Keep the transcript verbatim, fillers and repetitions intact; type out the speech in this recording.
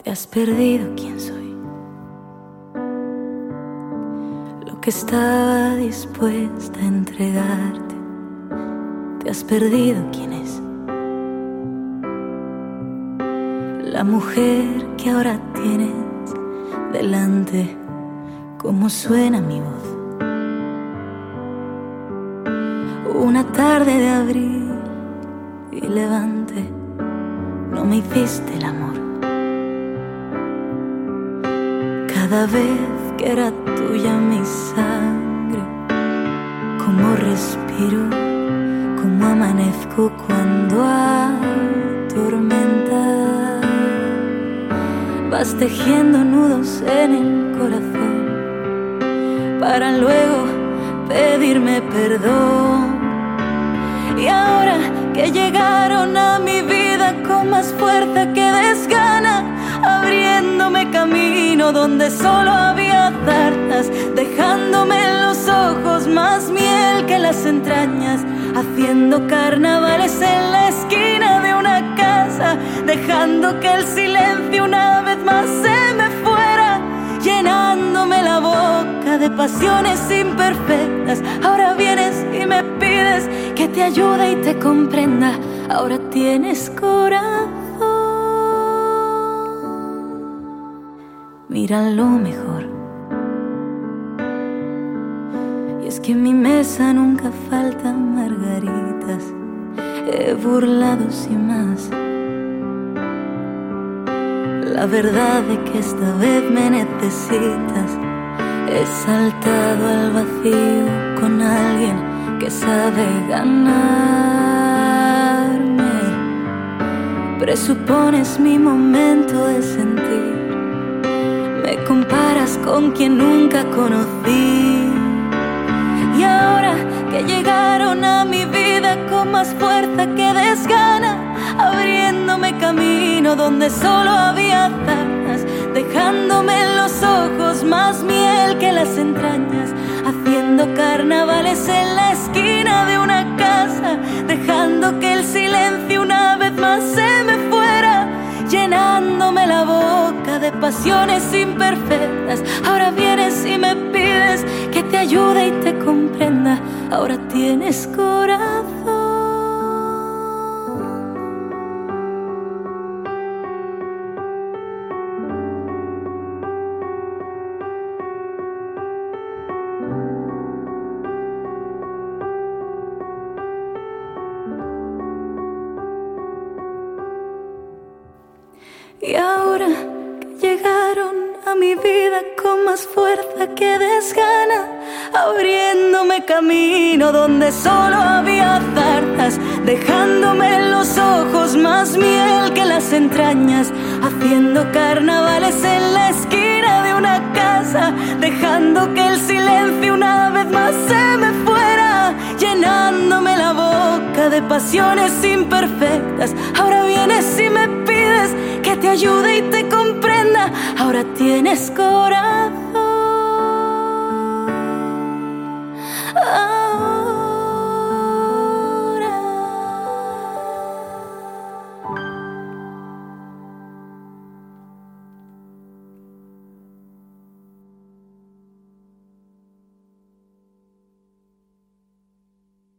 Te has perdido quién soy, lo que estaba dispuesta a entregarte. Te has perdido quién es la mujer que ahora tienes delante. Cómo suena mi voz una tarde de abril y levante. No me hiciste el amor cada vez que era tuya mi sangre. Cómo respiro, cómo amanezco cuando atormenta. Vas tejiendo nudos en el corazón para luego pedirme perdón. Y ahora que llegaron a mi vida con más fuerza que desgana, abriéndome camino donde solo había zarzas, dejándome en los ojos más miel que las entrañas, haciendo carnavales en la esquina de una casa, dejando que el silencio una vez más se me fuera, llenándome la boca de pasiones imperfectas. Ahora vienes y me pides que te ayude y te comprenda. Ahora tienes corazón, mira lo mejor. Y es que en mi mesa nunca faltan margaritas. He burlado sin más la verdad de que esta vez me necesitas. He saltado al vacío con alguien que sabe ganarme. Presupones mi momento de sentir, me comparas con quien nunca conocí. Y ahora que llegaron a mi vida con más fuerza que desgana, abriéndome camino donde solo había zarzas, dejándome en los ojos más miel que las entrañas, haciendo carnavales en la esquina de una casa, dejando que el silencio una vez más se me fuera, llenándome la boca de pasiones imperfectas. Ahora vienes y me pides que te ayude y te comprenda. Ahora tienes corazón, y ahora que llegaron a mi vida con más fuerza que desgana, abriéndome camino donde solo había zarzas, dejándome en los ojos más miel que las entrañas, haciendo carnavales en la esquina de una casa, dejando que el silencio una vez más se me fuera, llenándome la boca de pasiones imperfectas. Ahora vienes y me pides que te ayude y te comprenda. Ahora tienes corazón,